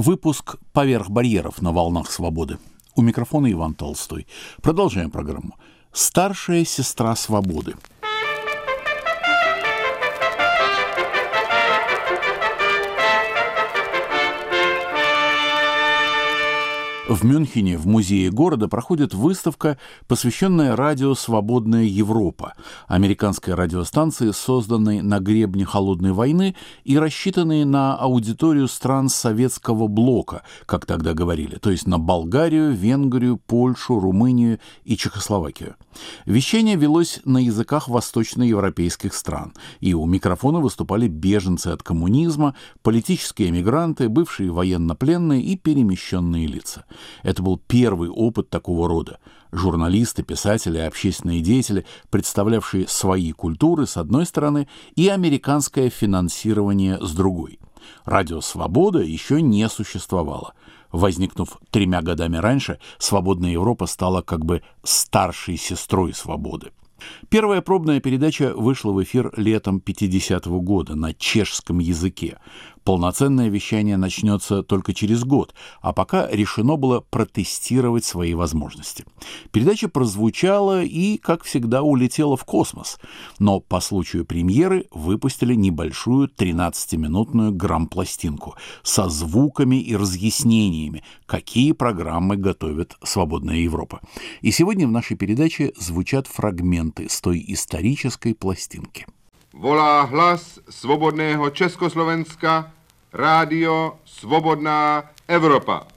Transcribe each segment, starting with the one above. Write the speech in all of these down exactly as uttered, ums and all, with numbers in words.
Выпуск «Поверх барьеров» на волнах свободы. У микрофона Иван Толстой. Продолжаем программу. Старшая сестра свободы. В Мюнхене, в музее города, проходит выставка, посвященная радио «Свободная Европа», американской радиостанции, созданной на гребне Холодной войны и рассчитанной на аудиторию стран советского блока, как тогда говорили, то есть на Болгарию, Венгрию, Польшу, Румынию и Чехословакию. Вещание велось на языках восточноевропейских стран, и у микрофона выступали беженцы от коммунизма, политические эмигранты, бывшие военнопленные и перемещенные лица. Это был первый опыт такого рода. Журналисты, писатели, общественные деятели, представлявшие свои культуры с одной стороны и американское финансирование с другой. Радио «Свобода» еще не существовало. Возникнув тремя годами раньше, «Свободная Европа» стала как бы старшей сестрой «Свободы». Первая пробная передача вышла в эфир летом пятидесятого года на чешском языке. Полноценное вещание начнется только через год, а пока решено было протестировать свои возможности. Передача прозвучала и, как всегда, улетела в космос. Но по случаю премьеры выпустили небольшую тринадцатиминутную грампластинку со звуками и разъяснениями, какие программы готовит «Свободная Европа». И сегодня в нашей передаче звучат фрагменты с той исторической пластинки. Volá hlas svobodného Československa, rádio Svobodná Evropa.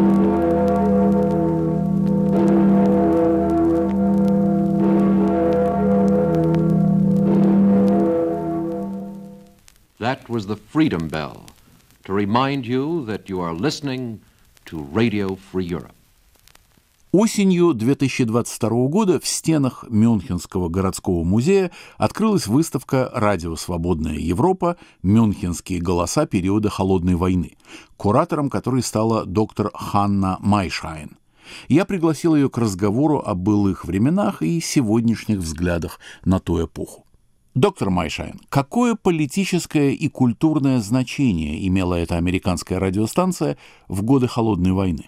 That was the Freedom Bell to remind you that you are listening to Radio Free Europe. Осенью две тысячи двадцать второго года в стенах Мюнхенского городского музея открылась выставка «Радио Свободная Европа. Мюнхенские голоса периода Холодной войны», куратором которой стала доктор Ханна Майшайн. Я пригласил ее к разговору о былых временах и сегодняшних взглядах на ту эпоху. Доктор Майшайн, какое политическое и культурное значение имела эта американская радиостанция в годы Холодной войны?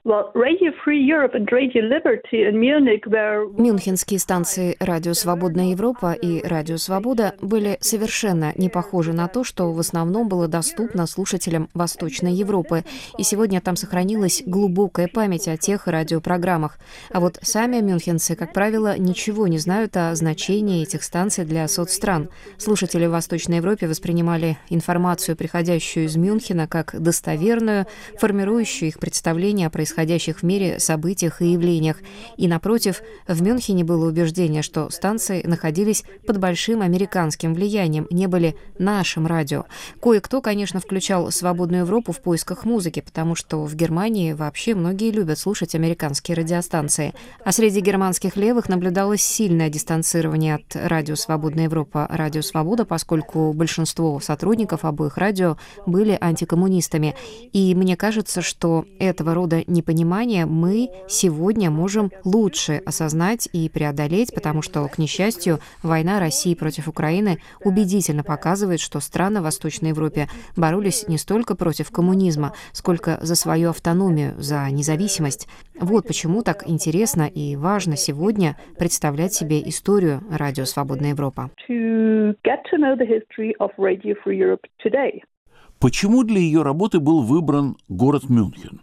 Мюнхенские станции «Радио Свободная Европа» и «Радио Свобода» были совершенно не похожи на то, что в основном было доступно слушателям Восточной Европы. И сегодня там сохранилась глубокая память о тех радиопрограммах. А вот сами мюнхенцы, как правило, ничего не знают о значении этих станций для соцстран. Слушатели в Восточной Европе воспринимали информацию, приходящую из Мюнхена, как достоверную, формирующую их представление о происходящем происходящих в мире событиях и явлениях. И, напротив, в Мюнхене было убеждение, что станции находились под большим американским влиянием, не были нашим радио. Кое-кто, конечно, включал «Свободную Европу» в поисках музыки, потому что в Германии вообще многие любят слушать американские радиостанции. А среди германских левых наблюдалось сильное дистанцирование от радио «Свободная Европа», «Радио Свобода», поскольку большинство сотрудников обоих радио были антикоммунистами. И мне кажется, что этого рода непонимание мы сегодня можем лучше осознать и преодолеть, потому что, к несчастью, война России против Украины убедительно показывает, что страны в Восточной Европе боролись не столько против коммунизма, сколько за свою автономию, за независимость. Вот почему так интересно и важно сегодня представлять себе историю радио «Свободная Европа». Почему для ее работы был выбран город Мюнхен?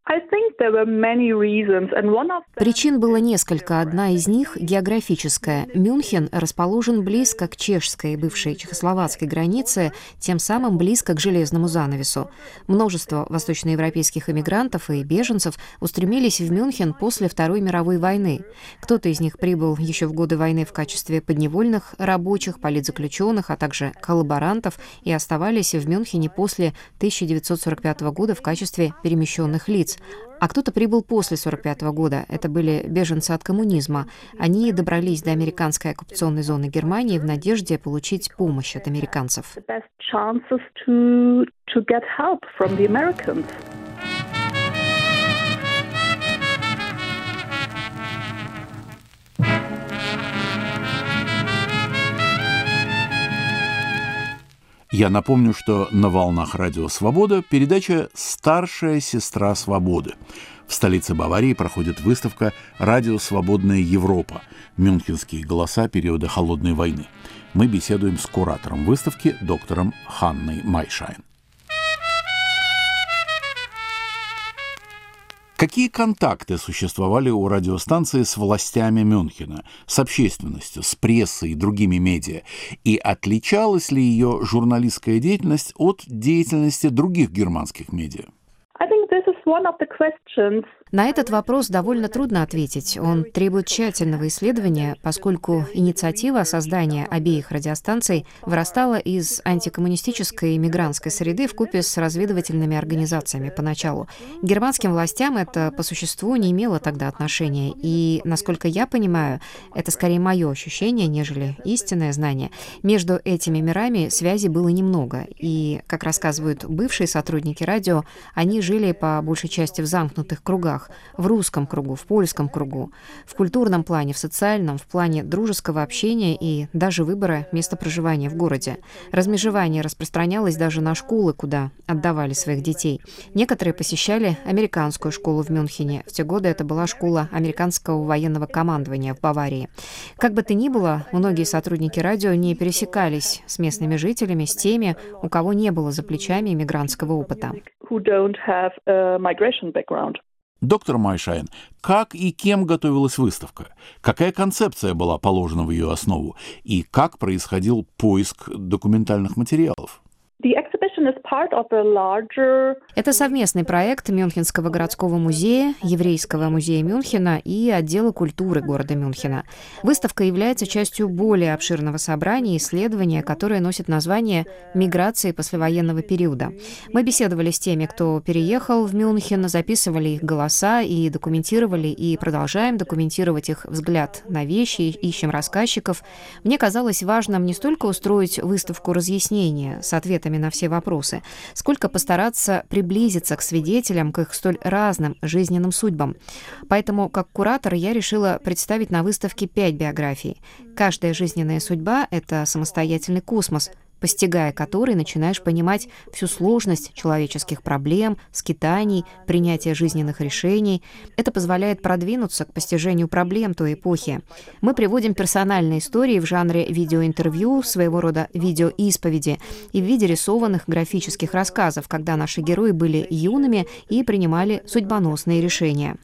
Причин было несколько. Одна из них — географическая. Мюнхен расположен близко к чешской, бывшей чехословацкой границе, тем самым близко к железному занавесу. Множество восточноевропейских эмигрантов и беженцев устремились в Мюнхен после Второй мировой войны. Кто-то из них прибыл еще в годы войны в качестве подневольных рабочих, политзаключенных, а также коллаборантов и оставались в Мюнхене после тысяча девятьсот сорок пятого года в качестве перемещенных лиц. А кто-то прибыл после сорок пятого года. Это были беженцы от коммунизма. Они добрались до американской оккупационной зоны Германии в надежде получить помощь от американцев. Я напомню, что на волнах Радио Свобода передача «Старшая сестра свободы». В столице Баварии проходит выставка «Радио Свободная Европа. Мюнхенские голоса периода Холодной войны». Мы беседуем с куратором выставки, доктором Ханной Майшайн. Какие контакты существовали у радиостанции с властями Мюнхена, с общественностью, с прессой и другими медиа? И отличалась ли ее журналистская деятельность от деятельности других германских медиа? На этот вопрос довольно трудно ответить. Он требует тщательного исследования, поскольку инициатива создания обеих радиостанций вырастала из антикоммунистической и мигрантской среды вкупе с разведывательными организациями поначалу. К германским властям это по существу не имело тогда отношения. И, насколько я понимаю, это скорее мое ощущение, нежели истинное знание. Между этими мирами связи было немного. И, как рассказывают бывшие сотрудники радио, они жили по большей части в замкнутых кругах. В русском кругу, в польском кругу, в культурном плане, в социальном, в плане дружеского общения и даже выбора места проживания в городе. Размежевание распространялось даже на школы, куда отдавали своих детей. Некоторые посещали американскую школу в Мюнхене. В те годы это была школа американского военного командования в Баварии. Как бы то ни было, многие сотрудники радио не пересекались с местными жителями, с теми, у кого не было за плечами иммигрантского опыта. Доктор Майшайн, как и кем готовилась выставка? Какая концепция была положена в ее основу? И как происходил поиск документальных материалов? Это совместный проект Мюнхенского городского музея, Еврейского музея Мюнхена и отдела культуры города Мюнхена. Выставка является частью более обширного собрания исследования, которое носит название «Миграции послевоенного периода». Мы беседовали с теми, кто переехал в Мюнхен, записывали их голоса и документировали, и продолжаем документировать их взгляд на вещи, ищем рассказчиков. Мне казалось важным не столько устроить выставку разъяснения с ответами на все вопросы, сколько постараться приблизиться к свидетелям, к их столь разным жизненным судьбам. Поэтому, как куратор, я решила представить на выставке пять биографий. Каждая жизненная судьба — это самостоятельный космос, постигая который начинаешь понимать всю сложность человеческих проблем, скитаний, принятия жизненных решений. Это позволяет продвинуться к постижению проблем той эпохи. Мы приводим персональные истории в жанре видеоинтервью, своего рода видеоисповеди, и в виде рисованных графических рассказов, когда наши герои были юными и принимали судьбоносные решения.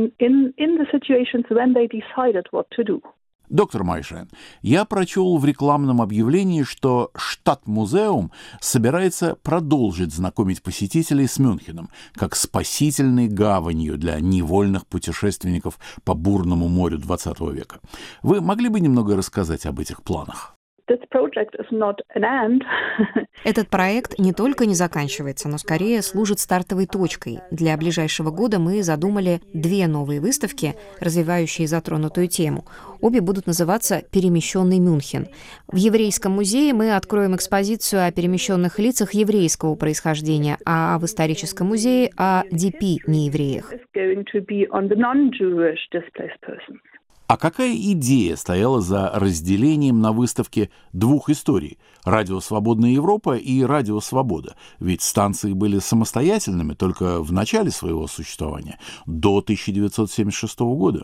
Доктор Майшайн, я прочел в рекламном объявлении, что Штадтмузеум собирается продолжить знакомить посетителей с Мюнхеном как спасительной гаванью для невольных путешественников по бурному морю двадцатого века. Вы могли бы немного рассказать об этих планах? Этот проект не только не заканчивается, но скорее служит стартовой точкой. Для ближайшего года мы задумали две новые выставки, развивающие затронутую тему. Обе будут называться «Перемещенный Мюнхен». В Еврейском музее мы откроем экспозицию о перемещенных лицах еврейского происхождения, а в историческом музее о ди пи неевреях. А какая идея стояла за разделением на выставке двух историй – «Радио Свободная Европа» и «Радио Свобода»? Ведь станции были самостоятельными только в начале своего существования, до тысяча девятьсот семьдесят шестого года.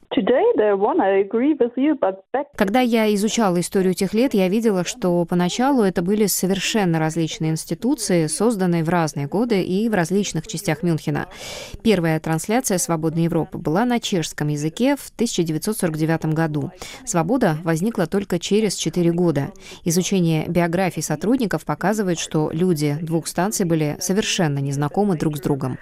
Когда я изучала историю тех лет, я видела, что поначалу это были совершенно различные институции, созданные в разные годы и в различных частях Мюнхена. Первая трансляция «Свободной Европы» была на чешском языке в тысяча девятьсот сорок девятом году. «Свобода» возникла только через четыре года. Изучение биографий сотрудников показывает, что люди двух станций были совершенно незнакомы друг с другом.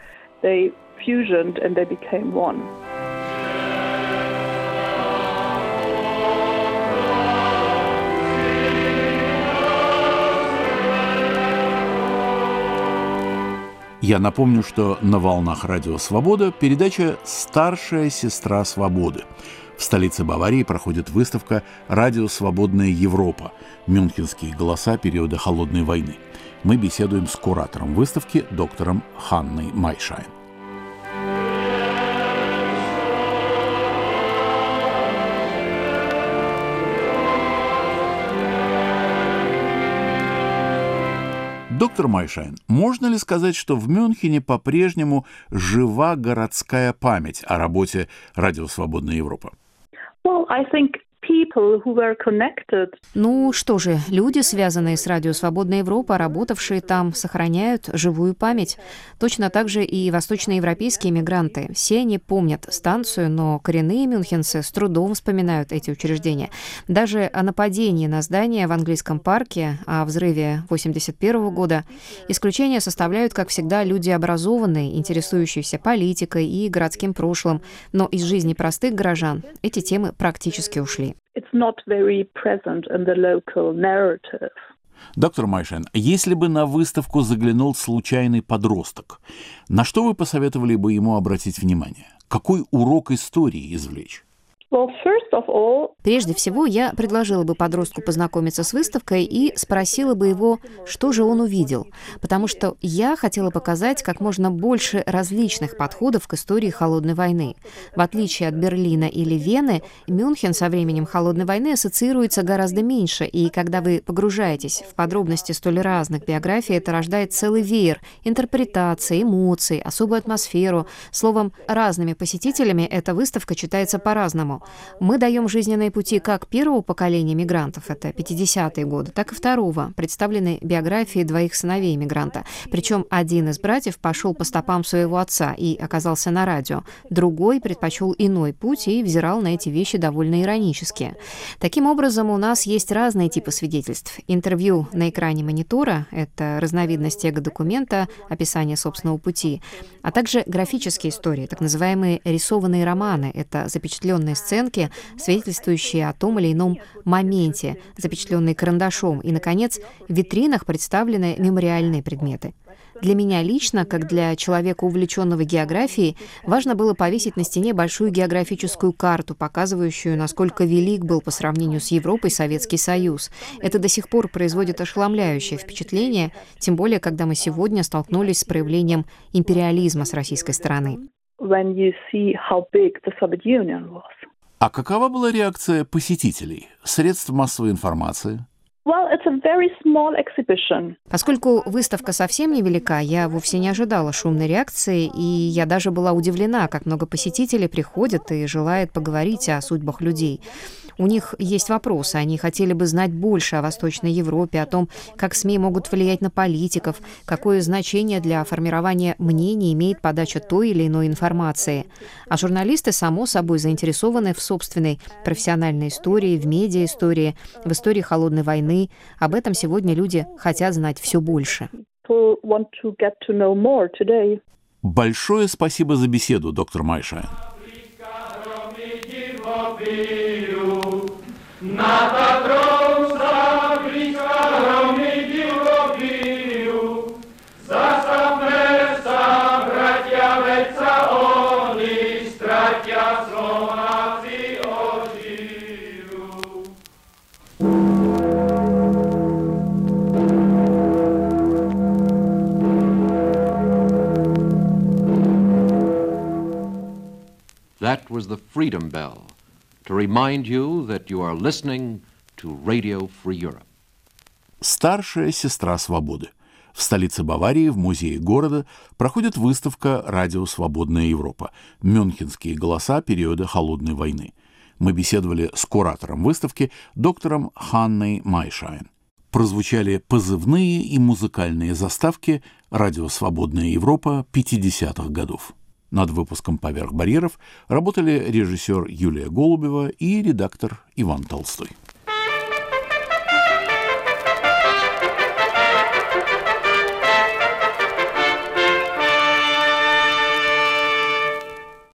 Я напомню, что на волнах Радио Свобода передача «Старшая сестра свободы». В столице Баварии проходит выставка «Радио Свободная Европа. Мюнхенские голоса периода Холодной войны». Мы беседуем с куратором выставки, доктором Ханной Майшайн. Доктор Майшайн, можно ли сказать, что в Мюнхене по-прежнему жива городская память о работе Радио Свободная Европа? Well, I think people who were connected. Ну что же, люди, связанные с Радио Свободная Европа, работавшие там, сохраняют живую память. Точно так же и восточноевропейские мигранты. Все они помнят станцию, но коренные мюнхенцы с трудом вспоминают эти учреждения. Даже о нападении на здание в английском парке, о взрыве восемьдесят первого года, исключение составляют, как всегда, люди образованные, интересующиеся политикой и городским прошлым. Но из жизни простых горожан эти темы практически ушли. It's not very present in the local narrative. Доктор Майшайн, если бы на выставку заглянул случайный подросток, на что вы посоветовали бы ему обратить внимание? Какой урок истории извлечь? Well, first of all, Прежде всего, я предложила бы подростку познакомиться с выставкой и спросила бы его, что же он увидел. Потому что я хотела показать как можно больше различных подходов к истории Холодной войны. В отличие от Берлина или Вены, Мюнхен со временем Холодной войны ассоциируется гораздо меньше, и когда вы погружаетесь в подробности столь разных биографий, это рождает целый веер интерпретаций, эмоций, особую атмосферу. Словом, разными посетителями эта выставка читается по-разному. Мы даем жизненные пути как первого поколения мигрантов, это пятидесятые годы, так и второго. Представлены биографии двоих сыновей мигранта. Причем один из братьев пошел по стопам своего отца и оказался на радио. Другой предпочел иной путь и взирал на эти вещи довольно иронически. Таким образом, у нас есть разные типы свидетельств. Интервью на экране монитора — это разновидность эго-документа, описание собственного пути, а также графические истории, так называемые рисованные романы — это запечатленные сцены, сценки, свидетельствующие о том или ином моменте, запечатленные карандашом. И, наконец, в витринах представлены мемориальные предметы. Для меня лично, как для человека, увлеченного географией, важно было повесить на стене большую географическую карту, показывающую, насколько велик был по сравнению с Европой Советский Союз. Это до сих пор производит ошеломляющее впечатление, тем более, когда мы сегодня столкнулись с проявлением империализма с российской стороны. When you see how big the Soviet Union was. А какова была реакция посетителей, средств массовой информации? Well, it's a very small exhibition. Поскольку выставка совсем невелика, я вовсе не ожидала шумной реакции, и я даже была удивлена, как много посетителей приходят и желают поговорить о судьбах людей. У них есть вопросы, они хотели бы знать больше о Восточной Европе, о том, как СМИ могут влиять на политиков, какое значение для формирования мнений имеет подача той или иной информации. А журналисты, само собой, заинтересованы в собственной профессиональной истории, в медиа-истории, в истории Холодной войны. Об этом сегодня люди хотят знать все больше. People want to get to know more today. Большое спасибо за беседу, доктор Майшайн. That was the Freedom Bell, to remind you that you are listening to Radio Free Europe. Старшая сестра свободы. В столице Баварии, в музее города, проходит выставка «Радио Свободная Европа. Мюнхенские голоса периода Холодной войны». Мы беседовали с куратором выставки, доктором Ханной Майшайн. Прозвучали позывные и музыкальные заставки «Радио Свободная Европа» пятидесятых годов. Над выпуском «Поверх барьеров» работали режиссер Юлия Голубева и редактор Иван Толстой.